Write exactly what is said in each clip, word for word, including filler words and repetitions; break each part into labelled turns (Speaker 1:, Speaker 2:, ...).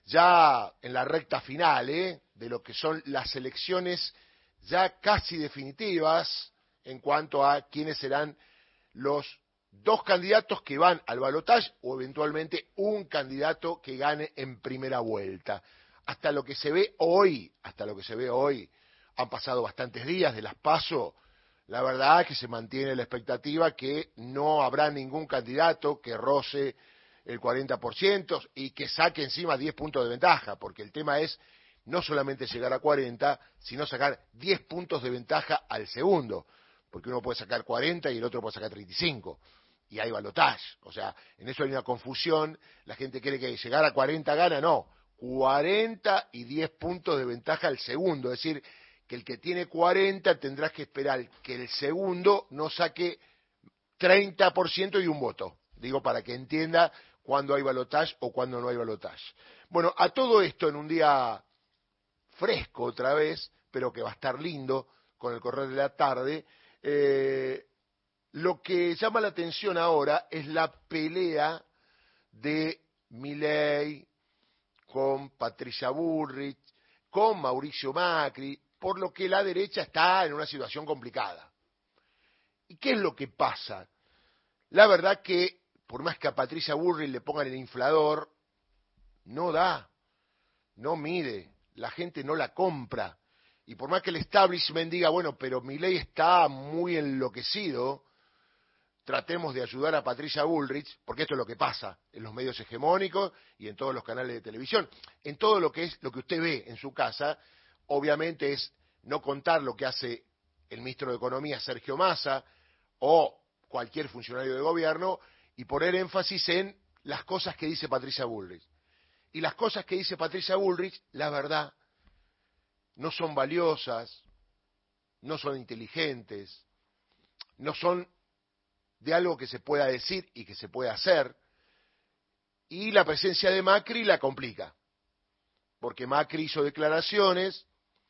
Speaker 1: ya en la recta final, ¿eh? De lo que son las elecciones ya casi definitivas en cuanto a quiénes serán los dos candidatos que van al balotaje o eventualmente un candidato que gane en primera vuelta. Hasta lo que se ve hoy, hasta lo que se ve hoy, han pasado bastantes días de las PASO, la verdad es que se mantiene la expectativa que no habrá ningún candidato que roce el cuarenta por ciento y que saque encima diez puntos de ventaja, porque el tema es no solamente llegar a cuarenta, sino sacar diez puntos de ventaja al segundo, porque uno puede sacar cuarenta y el otro puede sacar treinta y cinco, y hay balotaje, o sea, en eso hay una confusión, la gente cree que llegar a cuarenta gana, no, cuarenta y diez puntos de ventaja al segundo, es decir, que el que tiene cuarenta tendrá que esperar que el segundo no saque treinta por ciento y un voto, digo para que entienda cuándo hay balotaje o cuándo no hay balotaje. Bueno, a todo esto en un día fresco otra vez, pero que va a estar lindo con el correr de la tarde, eh, lo que llama la atención ahora es la pelea de Milei con Patricia Bullrich, con Mauricio Macri, por lo que la derecha está en una situación complicada. ¿Y qué es lo que pasa? La verdad que, por más que a Patricia Bullrich le pongan el inflador, no da, no mide, la gente no la compra. Y por más que el establishment diga, bueno, pero Milei está muy enloquecido, tratemos de ayudar a Patricia Bullrich, porque esto es lo que pasa en los medios hegemónicos y en todos los canales de televisión. En todo lo que es lo que usted ve en su casa, obviamente es no contar lo que hace el ministro de Economía, Sergio Massa, o cualquier funcionario de gobierno, y poner énfasis en las cosas que dice Patricia Bullrich. Y las cosas que dice Patricia Bullrich, la verdad, no son valiosas, no son inteligentes, no son de algo que se pueda decir y que se pueda hacer, y la presencia de Macri la complica, porque Macri hizo declaraciones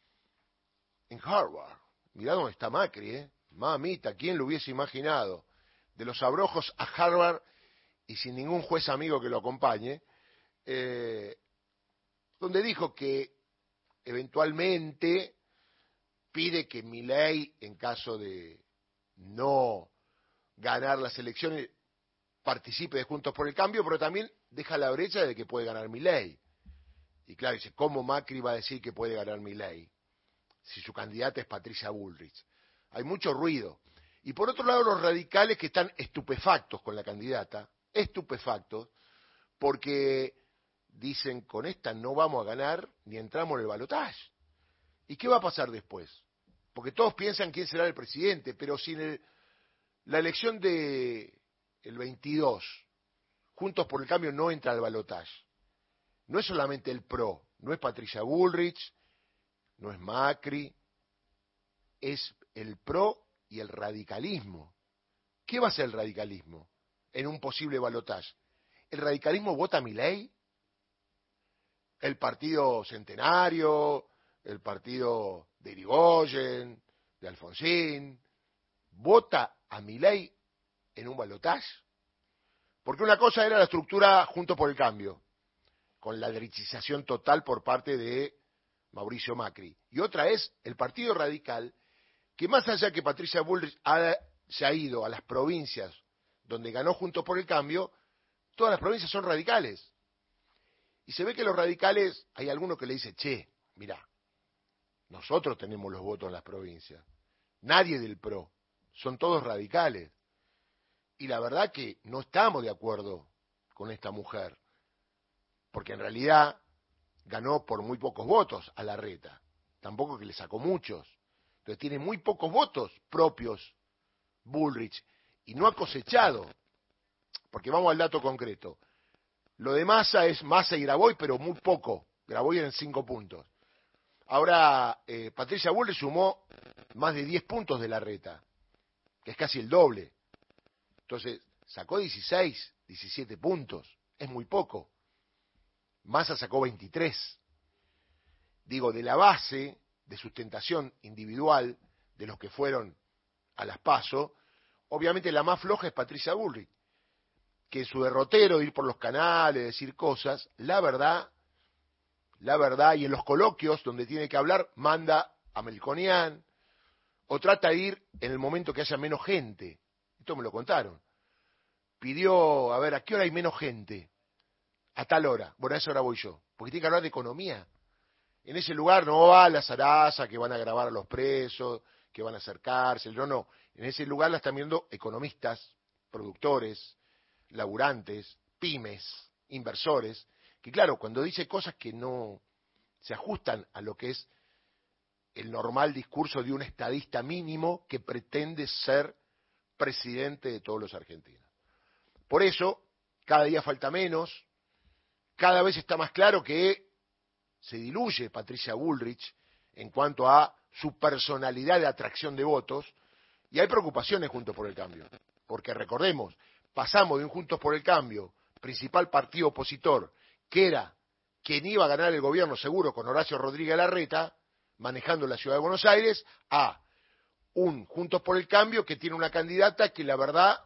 Speaker 1: en Harvard. Mirá dónde está Macri, ¿eh? Mamita, ¿quién lo hubiese imaginado? De los abrojos a Harvard y sin ningún juez amigo que lo acompañe, eh, donde dijo que eventualmente pide que Milei, en caso de no ganar las elecciones, participe de Juntos por el Cambio, pero también deja la brecha de que puede ganar Milei. Y claro, dice, ¿cómo Macri va a decir que puede ganar Milei si su candidata es Patricia Bullrich? Hay mucho ruido. Y por otro lado, los radicales que están estupefactos con la candidata, estupefactos, porque dicen, con esta no vamos a ganar ni entramos en el balotaje. ¿Y qué va a pasar después? Porque todos piensan quién será el presidente, pero sin el, la elección de el veintidós, Juntos por el Cambio no entra al balotaje. No es solamente el PRO, no es Patricia Bullrich, no es Macri, es el PRO y el radicalismo. ¿Qué va a hacer el radicalismo en un posible balotaje? ¿El radicalismo vota a Milei? ¿El partido Centenario, el partido de Irigoyen, de Alfonsín, vota a Milei en un balotaje? Porque una cosa era la estructura Juntos por el Cambio, con la derechización total por parte de Mauricio Macri. Y otra es el Partido Radical, que más allá que Patricia Bullrich ha, se ha ido a las provincias donde ganó Juntos por el Cambio, todas las provincias son radicales. Y se ve que los radicales, hay alguno que le dice, che, mirá, nosotros tenemos los votos en las provincias, nadie del PRO, son todos radicales. Y la verdad que no estamos de acuerdo con esta mujer, porque en realidad ganó por muy pocos votos a Larreta, tampoco que le sacó muchos. Entonces tiene muy pocos votos propios Bullrich y no ha cosechado, porque vamos al dato concreto. Lo de Massa es Massa y Graboy, pero muy poco. Graboy en cinco puntos. Ahora, eh, Patricia Bullrich sumó más de diez puntos de Larreta, que es casi el doble. Entonces, sacó dieciséis, diecisiete puntos. Es muy poco. Massa sacó veintitrés. Digo, de la base de sustentación individual de los que fueron a las PASO, obviamente la más floja es Patricia Bullrich, que en su derrotero, ir por los canales, decir cosas, la verdad la verdad, y en los coloquios donde tiene que hablar, manda a Melconian, o trata de ir en el momento que haya menos gente. Esto me lo contaron. Pidió, a ver, ¿a qué hora hay menos gente? A tal hora. Bueno, a esa hora voy yo. Porque tiene que hablar de economía. En ese lugar no va la zaraza, que van a grabar a los presos, que van a hacer cárcel. No, no. En ese lugar la están viendo economistas, productores, laburantes, pymes, inversores, que claro, cuando dice cosas que no se ajustan a lo que es el normal discurso de un estadista mínimo que pretende ser presidente de todos los argentinos. Por eso, cada día falta menos, cada vez está más claro que se diluye Patricia Bullrich en cuanto a su personalidad de atracción de votos, y hay preocupaciones Juntos por el Cambio, porque recordemos, pasamos de un Juntos por el Cambio, principal partido opositor, que era quien iba a ganar el gobierno seguro con Horacio Rodríguez Larreta, manejando la ciudad de Buenos Aires, a un Juntos por el Cambio que tiene una candidata que la verdad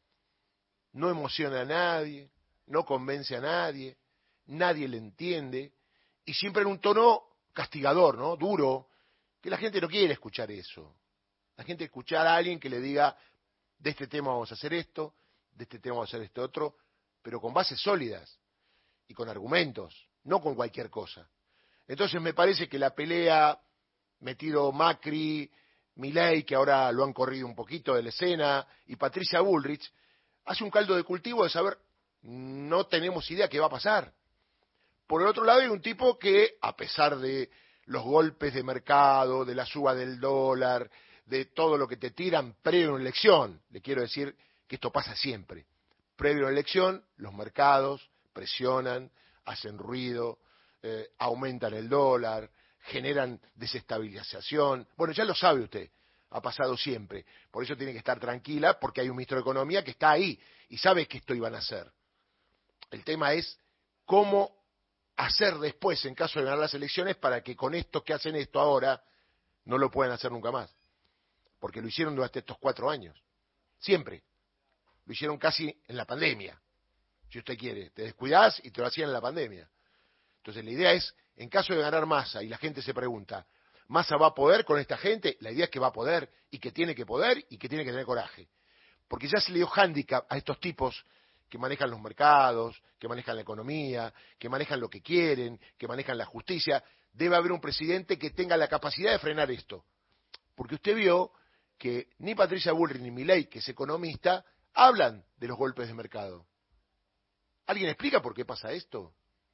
Speaker 1: no emociona a nadie, no convence a nadie, nadie le entiende, y siempre en un tono castigador, ¿no? Duro, que la gente no quiere escuchar eso. La gente escuchar a alguien que le diga, de este tema vamos a hacer esto, de este tema vamos a hacer esto otro, pero con bases sólidas y con argumentos, no con cualquier cosa. Entonces me parece que la pelea, metido Macri, Milei, que ahora lo han corrido un poquito de la escena, y Patricia Bullrich, hace un caldo de cultivo de saber, no tenemos idea qué va a pasar. Por el otro lado hay un tipo que, a pesar de los golpes de mercado, de la suba del dólar, de todo lo que te tiran previo a una elección, le quiero decir que esto pasa siempre. Previo a una elección, los mercados presionan, hacen ruido, eh, aumentan el dólar, generan desestabilización. Bueno, ya lo sabe usted, ha pasado siempre. Por eso tiene que estar tranquila, porque hay un ministro de Economía que está ahí y sabe que esto iban a hacer. El tema es cómo hacer después, en caso de ganar las elecciones, para que con estos que hacen esto ahora no lo puedan hacer nunca más. Porque lo hicieron durante estos cuatro años. Siempre. Lo hicieron casi en la pandemia. Si usted quiere, te descuidás y te lo hacían en la pandemia. Entonces la idea es, en caso de ganar Massa, y la gente se pregunta, ¿Massa va a poder con esta gente? La idea es que va a poder, y que tiene que poder, y que tiene que tener coraje. Porque ya se le dio hándicap a estos tipos que manejan los mercados, que manejan la economía, que manejan lo que quieren, que manejan la justicia. Debe haber un presidente que tenga la capacidad de frenar esto. Porque usted vio que ni Patricia Bullrich ni Milei, que es economista, hablan de los golpes de mercado. ¿Alguien explica por qué pasa esto?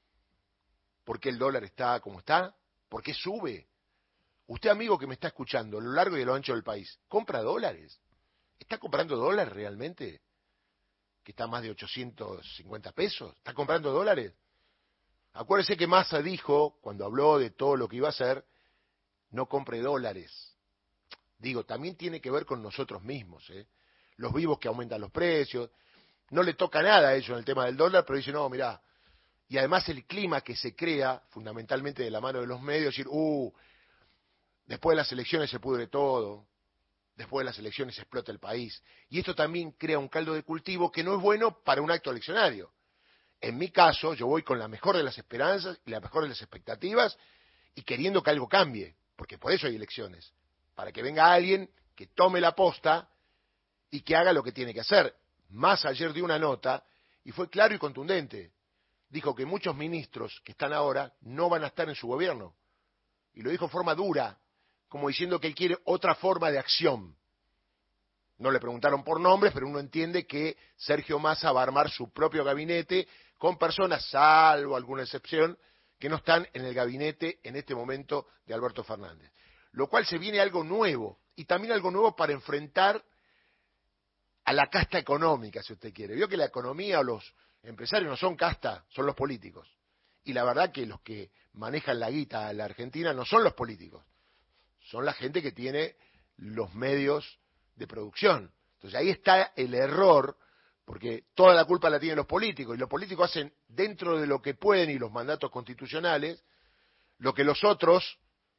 Speaker 1: ¿Por qué el dólar está como está? ¿Por qué sube? Usted, amigo que me está escuchando, a lo largo y a lo ancho del país, ¿compra dólares? ¿Está comprando dólares realmente? ¿Que está a más de ochocientos cincuenta pesos? ¿Está comprando dólares? Acuérdese que Massa dijo, cuando habló de todo lo que iba a hacer, no compre dólares. Digo, también tiene que ver con nosotros mismos, ¿eh? Los vivos que aumentan los precios. No le toca nada a ellos en el tema del dólar, pero dice, no, mirá. Y además el clima que se crea, fundamentalmente de la mano de los medios, decir, uh, después de las elecciones se pudre todo, después de las elecciones explota el país. Y esto también crea un caldo de cultivo que no es bueno para un acto eleccionario. En mi caso, yo voy con la mejor de las esperanzas y la mejor de las expectativas y queriendo que algo cambie, porque por eso hay elecciones, para que venga alguien que tome la posta y que haga lo que tiene que hacer. Más ayer dio una nota y fue claro y contundente. Dijo que muchos ministros que están ahora no van a estar en su gobierno. Y lo dijo de forma dura, como diciendo que él quiere otra forma de acción. No le preguntaron por nombres, pero uno entiende que Sergio Massa va a armar su propio gabinete con personas, salvo alguna excepción, que no están en el gabinete en este momento de Alberto Fernández. Lo cual se viene algo nuevo, y también algo nuevo para enfrentar a la casta económica, si usted quiere. Vio que la economía o los empresarios no son casta, son los políticos. Y la verdad que los que manejan la guita en la Argentina no son los políticos, son la gente que tiene los medios de producción. Entonces ahí está el error, porque toda la culpa la tienen los políticos, y los políticos hacen dentro de lo que pueden y los mandatos constitucionales, lo que los otros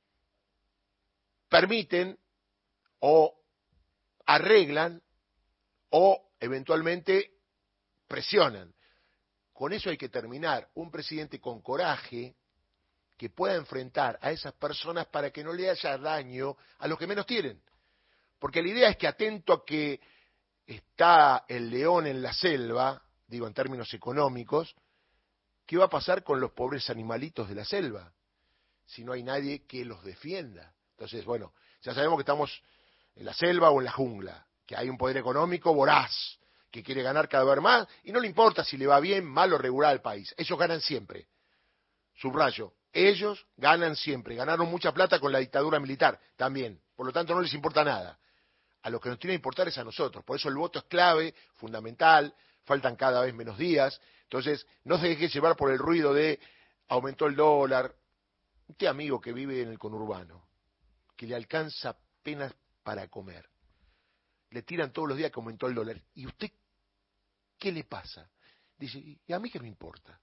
Speaker 1: permiten o arreglan o eventualmente presionan. Con eso hay que terminar. Un presidente con coraje, que pueda enfrentar a esas personas para que no le haya daño a los que menos tienen. Porque la idea es que, atento a que está el león en la selva, digo en términos económicos, ¿qué va a pasar con los pobres animalitos de la selva? Si no hay nadie que los defienda. Entonces, bueno, ya sabemos que estamos en la selva o en la jungla, que hay un poder económico voraz, que quiere ganar cada vez más, y no le importa si le va bien, mal o regular al país. Ellos ganan siempre. Subrayo, ellos ganan siempre. Ganaron mucha plata con la dictadura militar también. Por lo tanto, no les importa nada. A lo que nos tiene que importar es a nosotros. Por eso el voto es clave, fundamental, faltan cada vez menos días. Entonces, no se deje llevar por el ruido de aumentó el dólar. Usted, amigo que vive en el conurbano, que le alcanza apenas para comer, le tiran todos los días que aumentó el dólar. ¿Y usted qué le pasa? Dice, ¿y a mí qué me importa?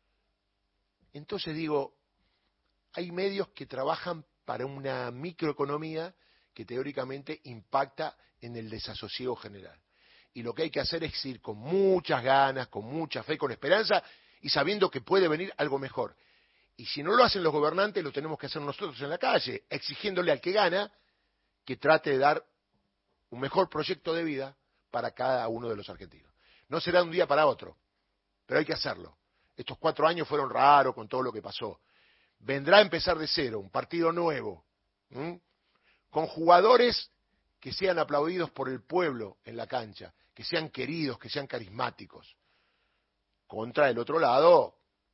Speaker 1: Entonces digo, hay medios que trabajan para una microeconomía que teóricamente impacta en el desasosiego general. Y lo que hay que hacer es ir con muchas ganas, con mucha fe, con esperanza, y sabiendo que puede venir algo mejor. Y si no lo hacen los gobernantes, lo tenemos que hacer nosotros en la calle, exigiéndole al que gana que trate de dar un mejor proyecto de vida para cada uno de los argentinos. No será de un día para otro, pero hay que hacerlo. Estos cuatro años fueron raros con todo lo que pasó. Vendrá a empezar de cero, un partido nuevo, ¿m? con jugadores que sean aplaudidos por el pueblo en la cancha, que sean queridos, que sean carismáticos. Contra el otro lado,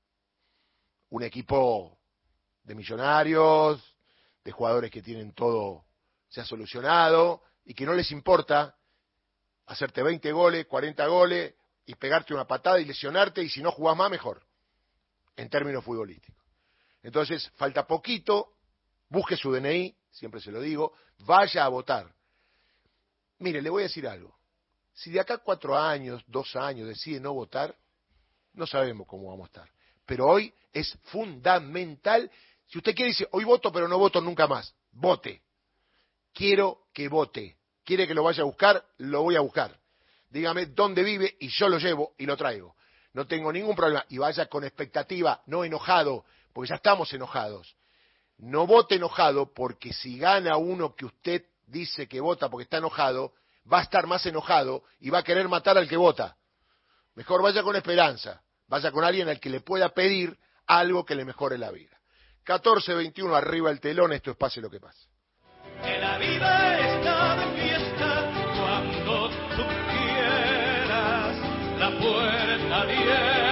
Speaker 1: un equipo de millonarios, de jugadores que tienen todo se ha solucionado y que no les importa hacerte veinte goles, cuarenta goles y pegarte una patada y lesionarte, y si no jugás más, mejor, en términos futbolísticos. Entonces, falta poquito, busque su D N I, siempre se lo digo, vaya a votar. Mire, le voy a decir algo. Si de acá cuatro años, dos años decide no votar, no sabemos cómo vamos a estar. Pero hoy es fundamental. Si usted quiere decir, hoy voto pero no voto nunca más, vote. Quiero que vote. ¿Quiere que lo vaya a buscar? Lo voy a buscar. Dígame dónde vive y yo lo llevo y lo traigo. No tengo ningún problema. Y vaya con expectativa, no enojado, porque ya estamos enojados. No vote enojado, porque si gana uno que usted dice que vota porque está enojado, va a estar más enojado y va a querer matar al que vota. Mejor vaya con esperanza. Vaya con alguien al que le pueda pedir algo que le mejore la vida. catorce veintiuno, arriba el telón, esto es Pase lo que pase.
Speaker 2: Que la vida es